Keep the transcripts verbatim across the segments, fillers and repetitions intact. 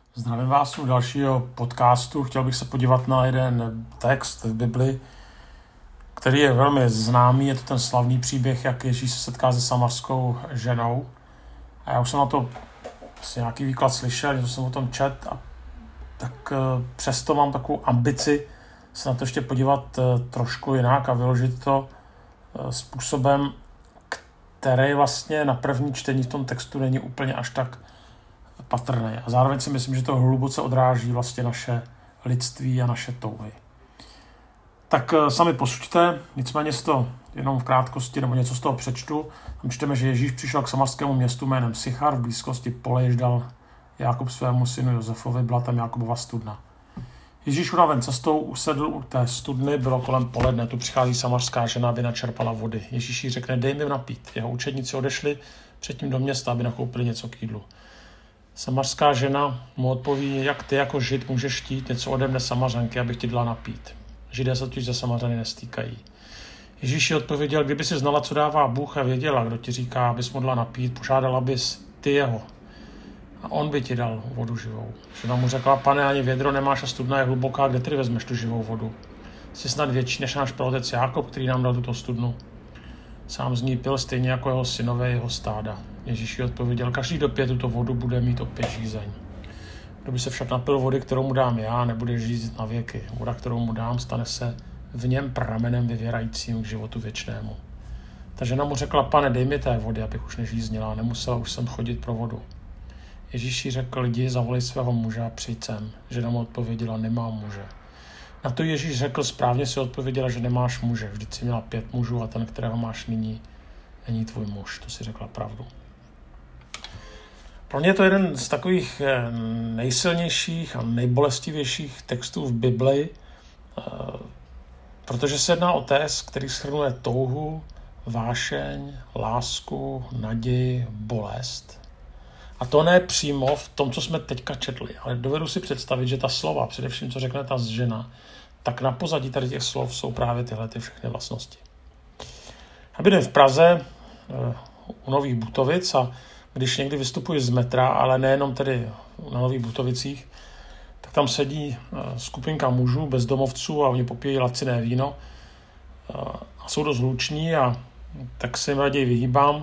Zdravím vás u dalšího podcastu. Chtěl bych se podívat na jeden text v Bibli, který je velmi známý. Je to ten slavný příběh, jak Ježíš se setká se samarskou ženou. A já už jsem na to asi nějaký výklad slyšel, něco jsem o tom čet, a tak přesto mám takovou ambici se na to ještě podívat trošku jinak a vyložit to způsobem, který vlastně na první čtení v tom textu není úplně až tak patrný. A zároveň si myslím, že to hluboce odráží vlastně naše lidství a naše touhy. Tak sami posuďte, nicméně si to jenom v krátkosti nebo něco z toho přečtu. Tam čteme, že Ježíš přišel k samarskému městu jménem Sychar, v blízkosti pole, jež dal Jákob svému synu Josefovi, byla tam Jákobova studna. Ježíš unaven cestou usedl u té studny, bylo kolem poledne, tu přichází samarská žena, aby načerpala vody. Ježíš jí řekne, dej mi napít. Jeho učedníci odešli předtím do města, aby nakoupili něco k jídlu. Samarská žena mu odpoví, jak ty jako Žid můžeš chtít něco ode mne Samařanky, abych ti dala napít. Židé se totiž ze Samařany nestýkají. Ježíš jí odpověděl, kdyby si znala, co dává Bůh a věděla, kdo ti říká, abys mu dala napít, požádala bys ty jeho. A on by ti dal vodu živou. Žena mu řekla, pane, ani vědro nemáš a studna je hluboká, kde tedy vezmeš tu živou vodu? Jsi snad větší než náš praotec Jákob, který nám dal tuto studnu. Sám z ní pil stejně jako jeho synové, jeho stáda. Ježíš jí odpověděl, každý kdo pije tuto vodu, bude mít opět žízeň. Kdo by se však napil vody, kterou mu dám já, nebude žít na věky. Voda, kterou mu dám, stane se v něm pramenem vyvěrajícím k životu věčnému. Ta žena mu řekla, pane, dej mi té vody, abych už nežíznila, nemusela už jsem chodit pro vodu. Ježíš jí řekl, jdi, zavolej svého muže a přijď sem. Žena mu odpověděla, nemám muže. Na to Ježíš řekl, správně si odpověděla, že nemáš muže. Vždyť jsi měla pět mužů a ten, kterého máš nyní, není tvůj muž. To si řekla pravdu. Pro mě je to jeden z takových nejsilnějších a nejbolestivějších textů v Bibli, protože se jedná o text, který shrnuje touhu, vášeň, lásku, naději, bolest. A to ne přímo v tom, co jsme teďka četli, ale dovedu si představit, že ta slova, především co řekne ta žena, tak na pozadí tady těch slov jsou právě tyhle ty všechny vlastnosti. Já bydlím v Praze u Nových Butovic a když někdy vystupuji z metra, ale nejenom tedy na Nových Butovicích, tak tam sedí skupinka mužů, bezdomovců a oni popíjí laciné víno a jsou dost hluční a tak se jim raději vyhýbám.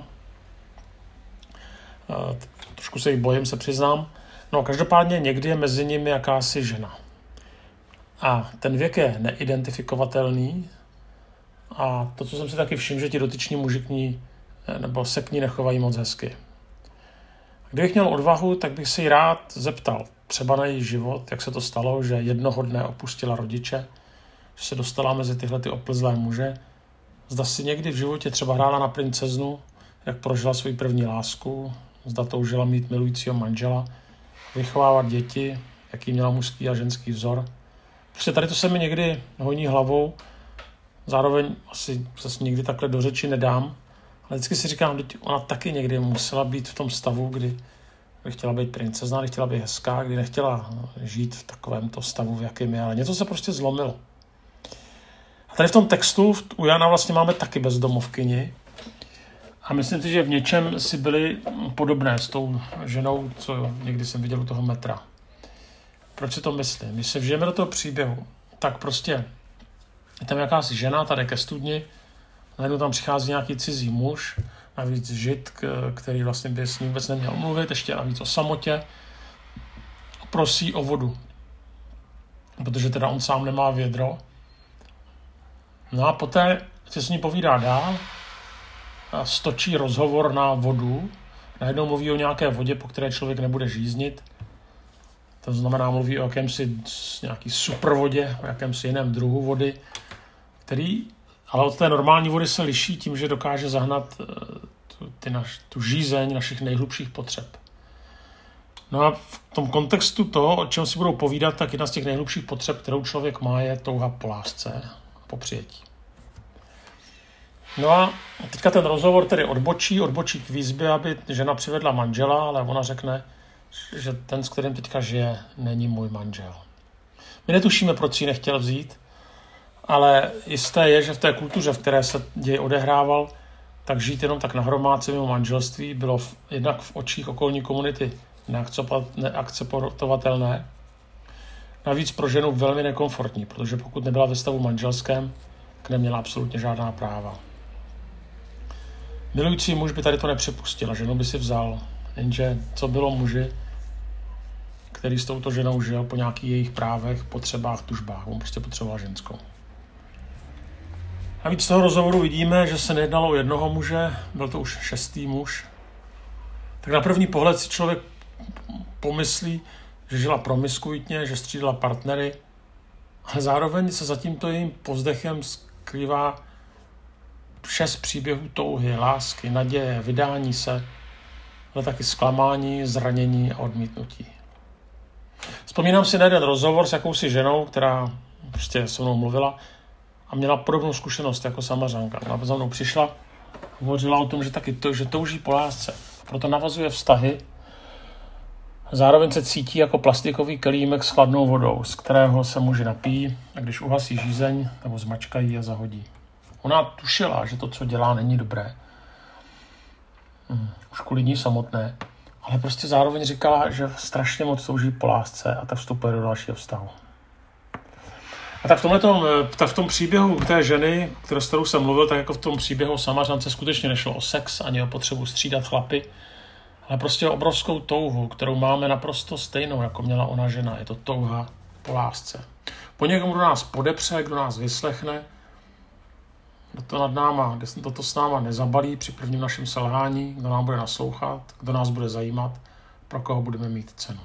Trošku se jich bojím, se přiznám. No každopádně někdy je mezi nimi jakási žena. A ten věk je neidentifikovatelný a to, co jsem si taky všiml, že ti dotyční muži k ní nebo se k ní nechovají moc hezky. Kdybych měl odvahu, tak bych se jí rád zeptal třeba na její život, jak se to stalo, že jednoho dne opustila rodiče, že se dostala mezi tyhle ty oplzlé muže. Zda si někdy v životě třeba hrála na princeznu, jak prožila svou první lásku, zda toužila mít milujícího manžela, vychovávat děti, jaký měla mužský a ženský vzor. Prostě tady to se mi někdy honí hlavou, zároveň asi se nikdy takhle do řeči nedám, ale vždycky si říkám, že ona taky někdy musela být v tom stavu, kdy chtěla být princezna, kdy chtěla být hezká, kdy nechtěla žít v takovémto stavu, v jakém je, ale něco se prostě zlomilo. A tady v tom textu u Jana vlastně máme taky bezdomovkyni a myslím si, že v něčem si byly podobné s tou ženou, co někdy jsem viděl u toho metra. Proč si to myslím? Když se vžijeme do toho příběhu, tak prostě je tam jakási žena tady ke studni, najednou tam přichází nějaký cizí muž, navíc Žid, který vlastně by s ním vůbec neměl mluvit, ještě navíc o samotě, a prosí o vodu. Protože teda on sám nemá vědro. No a poté se s ní povídá dál, a stočí rozhovor na vodu, najednou mluví o nějaké vodě, po které člověk nebude žíznit. To znamená, mluví o jakémsi nějaký supervodě, o jakémsi jiném druhu vody, který ale od té normální vody se liší tím, že dokáže zahnat tu, ty naš, tu žízeň našich nejhlubších potřeb. No a v tom kontextu toho, o čem si budou povídat, tak jedna z těch nejhlubších potřeb, kterou člověk má, je touha po lásce a po přijetí. No a teďka ten rozhovor tedy odbočí, odbočí k výzvě, aby žena přivedla manžela, ale ona řekne, že ten, s kterým teďka žije, není můj manžel. My netušíme, proč ji nechtěl vzít, ale jisté je, že v té kultuře, v které se děj odehrával, tak žít jenom tak na hromádce mimo manželství bylo v, jednak v očích okolní komunity neakceptovatelné. Navíc pro ženu velmi nekomfortní, protože pokud nebyla ve stavu manželském, neměla absolutně žádná práva. Milující muž by tady to nepřipustil a ženu by si vzal, jenže co bylo muži, který s touto ženou žil po nějakých jejich právech, potřebách, tužbách. On prostě potřeboval ženskou. Navíc z toho rozhovoru vidíme, že se nejednalo o jednoho muže, byl to už šestý muž. Tak na první pohled si člověk pomyslí, že žila promiskuitně, že střídala partnery, ale zároveň se za tímto jejím povzdechem skrývá šest příběhů touhy, lásky, naděje, vydání se, ale taky zklamání, zranění a odmítnutí. Vzpomínám si na jeden rozhovor s jakousi ženou, která prostě se mnou mluvila a měla podobnou zkušenost jako Samařanka. Ona za mnou přišla, hovořila o tom, že taky to, že touží po lásce, proto navazuje vztahy. Zároveň se cítí jako plastikový kelímek s chladnou vodou, z kterého se muži napíjí a když uhasí žízeň, nebo zmačkají a zahodí. Ona tušila, že to, co dělá, není dobré. Hmm, už kvůli ní samotné. Ale prostě zároveň říkala, že strašně moc touží po lásce a tak vstupuje do dalšího vztahu. A tak v, tomhletom, tak v tom příběhu té ženy, kterou, s kterou jsem mluvil, tak jako v tom příběhu o Samařance skutečně nešlo o sex, ani o potřebu střídat chlapy, ale prostě o obrovskou touhu, kterou máme naprosto stejnou, jako měla ona žena. Je to touha po lásce. Po někom, kdo nás podepře, kdo nás vyslechne, kdo to nad náma, kdo to s náma nezabalí při prvním našem selhání, kdo nám bude naslouchat, kdo nás bude zajímat, pro koho budeme mít cenu.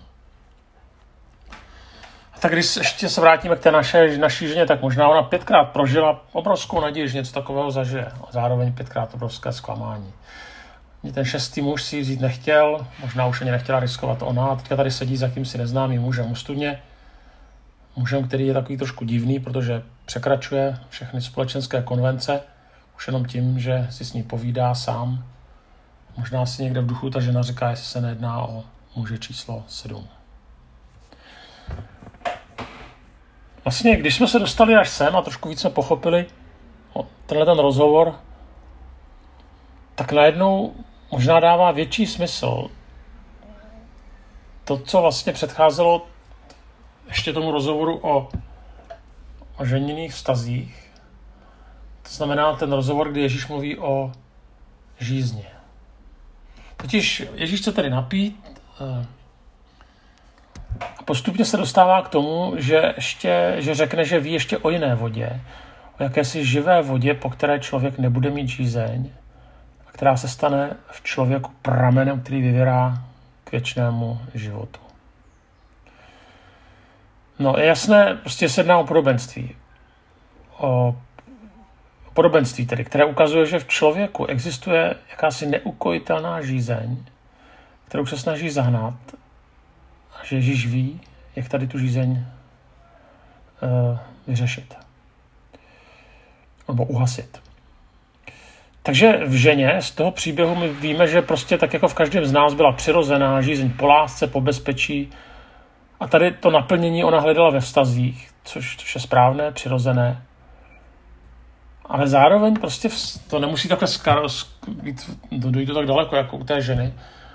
A tak když ještě se vrátíme k té naše, naší ženě, tak možná ona pětkrát prožila obrovskou naději, že něco takového zažije. A zároveň pětkrát obrovské zklamání. Ten šestý muž si ji vzít nechtěl, možná už ani nechtěla riskovat ona, a teďka tady sedí za jakýmsi neznámým mužem u studně. Mužem, který je takový trošku divný, protože překračuje všechny společenské konvence, už jenom tím, že si s ní povídá sám. Možná si někde v duchu ta žena říká, jestli se nejedná o muže číslo sedm. Vlastně, když jsme se dostali až sem a trošku víc jsme pochopili tenhle ten rozhovor, tak najednou možná dává větší smysl to, co vlastně předcházelo ještě tomu rozhovoru o, o ženinných vztazích. To znamená ten rozhovor, kdy Ježíš mluví o žízně. Totiž Ježíš se tady napít a postupně se dostává k tomu, že, ještě, že řekne, že ví ještě o jiné vodě, o jakési živé vodě, po které člověk nebude mít žízeň, a která se stane v člověku pramenem, který vyvěrá k věčnému životu. No, je jasné, prostě se jedná o podobenství. O podobenství tedy, které ukazuje, že v člověku existuje jakási neukojitelná žízeň, kterou se snaží zahnat, a že Ježíš ví, jak tady tu žízeň uh, vyřešit. Nebo uhasit. Takže v ženě z toho příběhu my víme, že prostě tak jako v každém z nás byla přirozená žízeň po lásce, po bezpečí. A tady to naplnění ona hledala ve vztazích, což, což je správné, přirozené. Ale zároveň prostě to nemusí takhle skar, dojít to tak daleko, jako u té ženy,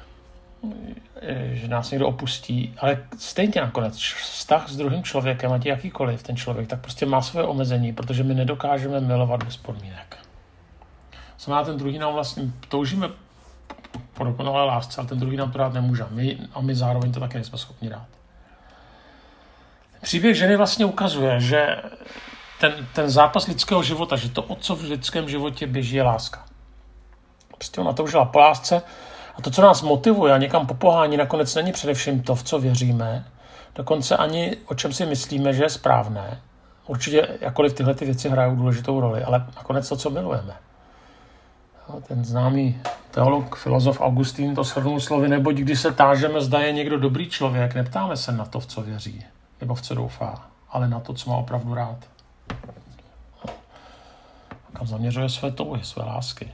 že nás někdo opustí, ale stejně nakonec vztah s druhým člověkem, ať jakýkoliv ten člověk, tak prostě má svoje omezení, protože my nedokážeme milovat bez podmínek. Znamená, ten druhý nám vlastně toužíme po dokonalé lásce, ale ten druhý nám to dát nemůže. My, a my zároveň to také nejsme schopni dát. Příběh ženy vlastně ukazuje, že ten, ten zápas lidského života, že to, o co v lidském životě běží, je láska. Prostě ona toužila po lásce a to, co nás motivuje a někam popohání, nakonec není především to, v co věříme, dokonce ani o čem si myslíme, že je správné. Určitě jakkoliv tyhle ty věci hrajou důležitou roli, ale nakonec to, co milujeme. Ten známý teolog, filozof Augustín to shrnul slovy, neboť když se tážeme, zda je někdo dobrý člověk, neptáme se na to, v co věří, nebo v co doufá, ale na to, co má opravdu rád. Kam zaměřuje své touhy, své lásky.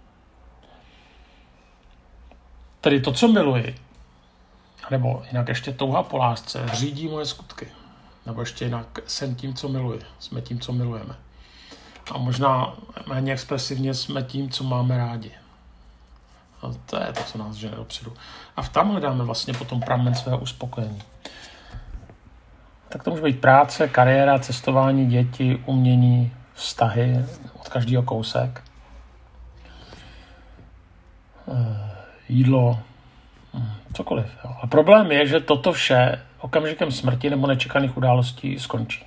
Tedy to, co miluji, nebo jinak ještě touha po lásce, řídí moje skutky. Nebo ještě jinak jsem tím, co miluji. Jsme tím, co milujeme. A možná méně expresivně jsme tím, co máme rádi. A to je to, co nás žene dopředu. A v tam hledáme vlastně potom pramen svého uspokojení. Tak to může být práce, kariéra, cestování, děti, umění, vztahy, od každého kousek. Jídlo, cokoliv. Jo. A problém je, že toto vše okamžikem smrti nebo nečekaných událostí skončí.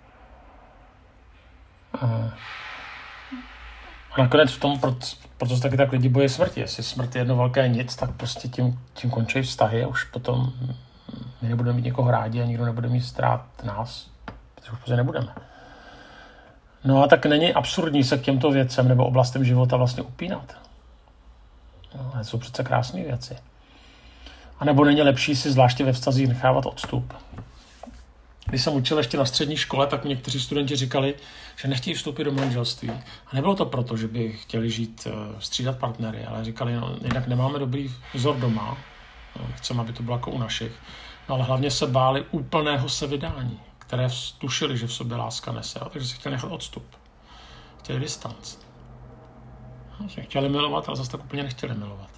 A nakonec v tom, proto se taky tak lidi bojí smrti. Jestli smrt je jedno velké nic, tak prostě tím, tím končí vztahy a už potom my nebudeme mít někoho rádi a nikdo nebude mít strát nás, protože už prostě nebudeme. No a tak není absurdní se k těmto věcem nebo oblastem života vlastně upínat. No, to jsou přece krásné věci. A nebo není lepší si zvláště ve vztazích nechávat odstup. Když jsem učil ještě na střední škole, tak někteří studenti říkali, že nechtějí vstoupit do manželství. A nebylo to proto, že by chtěli žít, střídat partnery, ale říkali, no, jinak nemáme dobrý vzor doma, no, chceme, aby to bylo jako u našich. No, ale hlavně se báli úplného sevydání, které tušili, že v sobě láska nese, takže si chtěli nechat odstup. Chtěli distanc. No, chtěli milovat, ale zase tak úplně nechtěli milovat.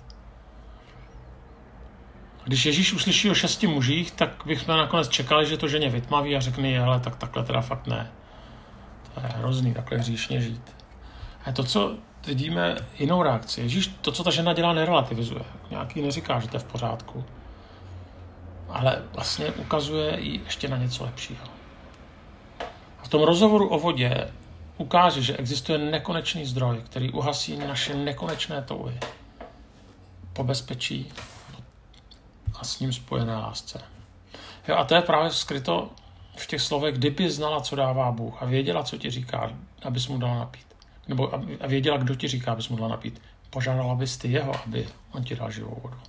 Když Ježíš uslyší o šesti mužích, tak bychom nakonec čekali, že to ženě vytmaví a řekne, hele, tak takhle teda fakt ne. To je hrozný, takhle hříšně žít. A to, co vidíme, jinou reakci. Ježíš to, co ta žena dělá, nerelativizuje. Nějaký neříká, že to je v pořádku. Ale vlastně ukazuje jí ještě na něco lepšího. A v tom rozhovoru o vodě ukáže, že existuje nekonečný zdroj, který uhasí naše nekonečné touhy po bezpečí a s ním spojené lásce. Jo, a to je právě skryto v těch slovech, kdyby znala, co dává Bůh a věděla, co ti říká, abys mu dala napít. Nebo a věděla, kdo ti říká, abys mu dala napít. Požádala bys ty jeho, aby on ti dal živou vodu.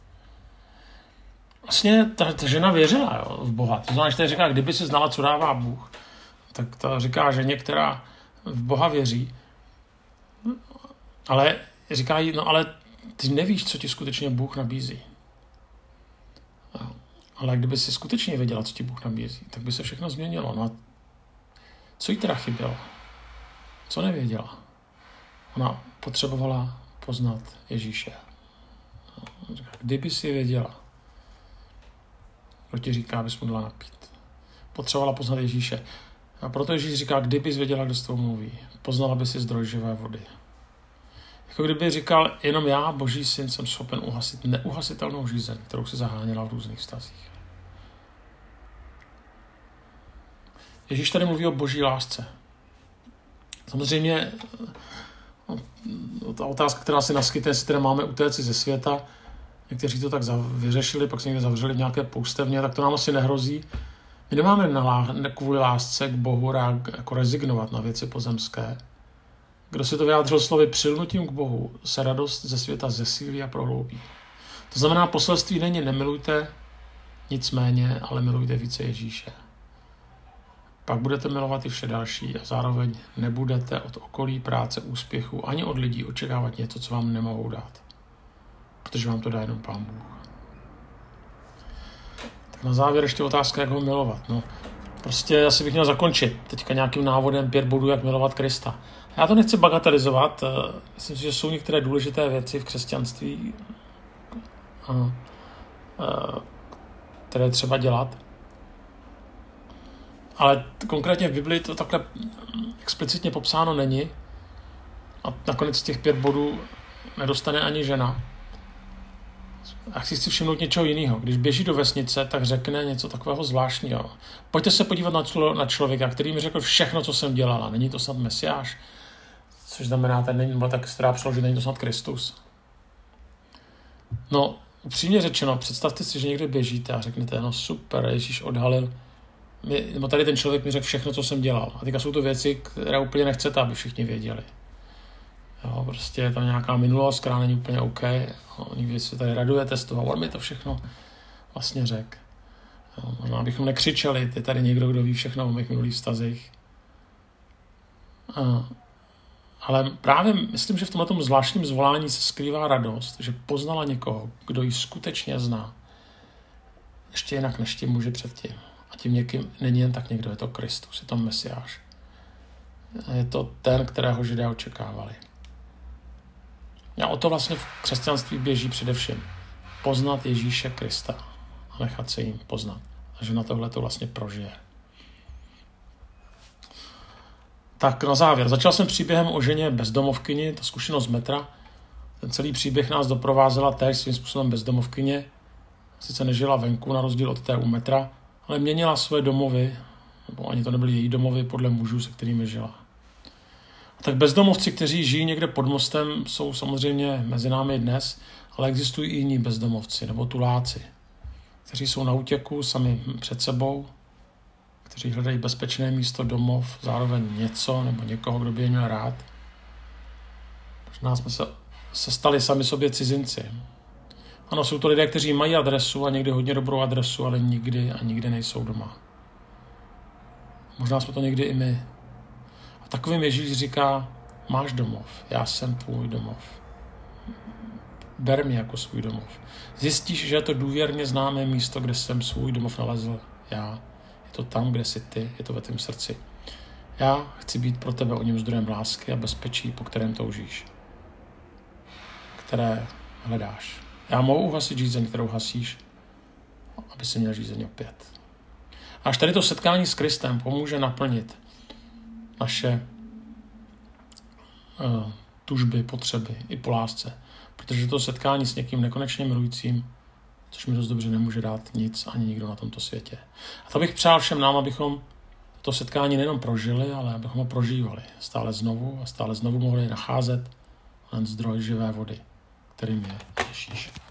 Vlastně ta, ta žena věřila, jo, v Boha. To znamená, že tady říká, kdyby si znala, co dává Bůh, tak ta říká ženě, která v Boha věří, ale říká jí, no ale ty nevíš, co ti skutečně Bůh nabízí. Ale kdyby si skutečně věděla, co ti Bůh nabízí, tak by se všechno změnilo. No a co jí teda chybělo? Co nevěděla? Ona potřebovala poznat Ježíše. Kdyby si věděla, kdo ti říká, abys mu dala napít. Potřebovala poznat Ježíše. A proto Ježíš říká, kdybys věděla, kdo s tou mluví. Poznala by si zdroj živé vody. Jako kdyby říkal, jenom já, Boží syn, jsem schopen uhasit neuhasitelnou žízeň, kterou si zaháněla v různých vztazích. Ježíš tady mluví o boží lásce. Samozřejmě no, ta otázka, která si naskytne, jestli teda máme utéci ze světa, někteří to tak vyřešili, pak se někde zavřeli v nějaké poustevně, tak to nám asi nehrozí. My nemáme na, kvůli lásce k Bohu jako rezignovat na věci pozemské. Kdo si to vyjádřil slovy přilnutím k Bohu, se radost ze světa zesílí a prohloubí. To znamená, poselství není nemilujte nicméně, ale milujte více Ježíše. Pak budete milovat i vše další a zároveň nebudete od okolí, práce, úspěchu ani od lidí očekávat něco, co vám nemohou dát. Protože vám to dá jenom Pán Bůh. Tak na závěr ještě otázka, jak ho milovat. No, prostě asi bych měl zakončit teďka nějakým návodem pět bodů, jak milovat Krista. Já to nechci bagatelizovat. Myslím si, že jsou některé důležité věci v křesťanství, které třeba dělat. Ale konkrétně v Biblii to takhle explicitně popsáno není. A nakonec těch pět bodů nedostane ani žena. A chci si všimnout něčeho jiného. Když běží do vesnice, tak řekne něco takového zvláštního. Pojďte se podívat na, člo, na člověka, který mi řekl všechno, co jsem dělala. Není to snad Mesiáš? Což znamená, ten není, byl tak stará přeložit, není to snad Kristus. No, upřímně řečeno, představte si, že někde běžíte a řeknete, no super, Ježíš odhalil, mě, nebo tady ten člověk mi řekl všechno, co jsem dělal. A teďka jsou to věci, které úplně nechcete, aby všichni věděli. Jo, prostě je tam nějaká minulost, která není úplně OK. Jo, někdy se tady radujete z toho, on mi to všechno vlastně řekl. Možná bychom nekřičeli, je tady někdo, kdo ví všechno o mých minulých vztazích. A, ale právě myslím, že v tomto zvláštním zvolání se skrývá radost, že poznala někoho, kdo ji skutečně zná. Ještě jinak než tím muži předtím. A tím někým není jen tak někdo, je to Kristus, je to Mesiáš. Je to ten, kterého Židé očekávali. A o to vlastně v křesťanství běží především. Poznat Ježíše Krista a nechat se jim poznat. A že na tohle to vlastně prožije. Tak na závěr. Začal jsem příběhem o ženě bezdomovkyni, ta zkušenost z metra. Ten celý příběh nás doprovázela též svým způsobem bezdomovkyně. Sice nežila venku, na rozdíl od té u metra, ale měnila své domovy, nebo ani to nebyly její domovy, podle mužů, se kterými žila. A tak bezdomovci, kteří žijí někde pod mostem, jsou samozřejmě mezi námi dnes, ale existují i jiní bezdomovci, nebo tuláci, kteří jsou na útěku sami před sebou, kteří hledají bezpečné místo, domov, zároveň něco nebo někoho, kdo by je měl rád. Možná jsme se, se stali sami sobě cizinci. Ano, jsou to lidé, kteří mají adresu a někdy hodně dobrou adresu, ale nikdy a nikdy nejsou doma. Možná jsme to někdy i my. A takovým Ježíš říká, máš domov, já jsem tvůj domov. Ber mě jako svůj domov. Zjistíš, že je to důvěrně známé místo, kde jsem svůj domov nalezl já. Je to tam, kde jsi ty, je to ve tvém srdci. Já chci být pro tebe o něm zdrojem lásky a bezpečí, po kterém toužíš. Které hledáš. Já mohu uhasit žízeň, kterou hasíš, aby si měl žízeň opět. Až tady to setkání s Kristem pomůže naplnit naše uh, tužby, potřeby i po lásce. Protože to setkání s někým nekonečně milujícím, což mi dost dobře nemůže dát nic ani nikdo na tomto světě. A to bych přál všem nám, abychom to setkání nejenom prožili, ale abychom ho prožívali stále znovu a stále znovu mohli nacházet ten zdroj živé vody, kterým je Ježíš.